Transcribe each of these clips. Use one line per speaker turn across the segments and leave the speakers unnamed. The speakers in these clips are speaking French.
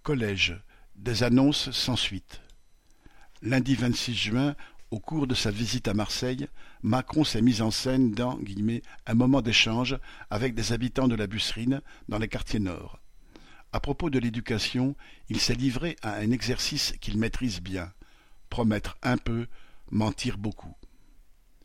Collège, des annonces sans suite. Lundi 26 juin, au cours de sa visite à Marseille, Macron s'est mis en scène dans « un moment d'échange avec des habitants de la Busserine dans les quartiers nord ». À propos de l'éducation, il s'est livré à un exercice qu'il maîtrise bien : promettre un peu, mentir beaucoup. Citation :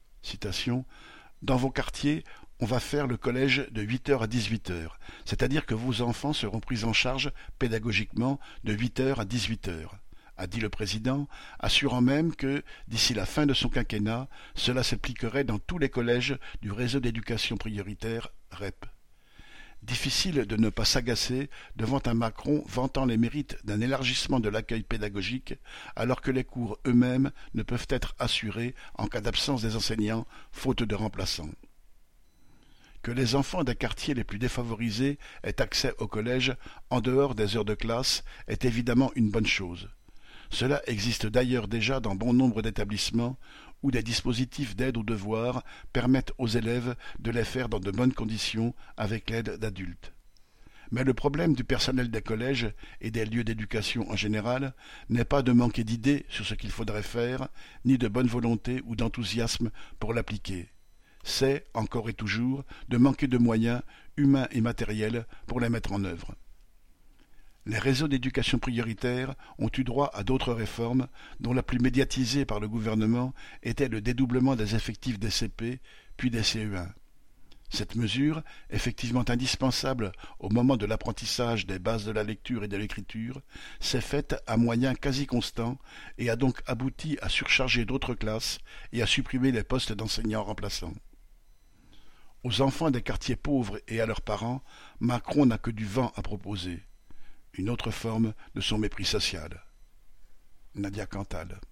dans vos quartiers, on va faire le collège de 8h à 18h, c'est-à-dire que vos enfants seront pris en charge pédagogiquement de 8h à 18h, a dit le président, assurant même que, d'ici la fin de son quinquennat, cela s'appliquerait dans tous les collèges du réseau d'éducation prioritaire REP. Difficile de ne pas s'agacer devant un Macron vantant les mérites d'un élargissement de l'accueil pédagogique, alors que les cours eux-mêmes ne peuvent être assurés en cas d'absence des enseignants, faute de remplaçants. Que les enfants des quartiers les plus défavorisés aient accès au collège en dehors des heures de classe est évidemment une bonne chose. Cela existe d'ailleurs déjà dans bon nombre d'établissements où des dispositifs d'aide aux devoirs permettent aux élèves de les faire dans de bonnes conditions avec l'aide d'adultes. Mais le problème du personnel des collèges et des lieux d'éducation en général n'est pas de manquer d'idées sur ce qu'il faudrait faire, ni de bonne volonté ou d'enthousiasme pour l'appliquer. C'est, encore et toujours, de manquer de moyens, humains et matériels, pour les mettre en œuvre. Les réseaux d'éducation prioritaire ont eu droit à d'autres réformes, dont la plus médiatisée par le gouvernement était le dédoublement des effectifs des CP, puis des CE1. Cette mesure, effectivement indispensable au moment de l'apprentissage des bases de la lecture et de l'écriture, s'est faite à moyens quasi constants et a donc abouti à surcharger d'autres classes et à supprimer les postes d'enseignants remplaçants. Aux enfants des quartiers pauvres et à leurs parents, Macron n'a que du vent à proposer. Une autre forme de son mépris social. Nadia Cantal.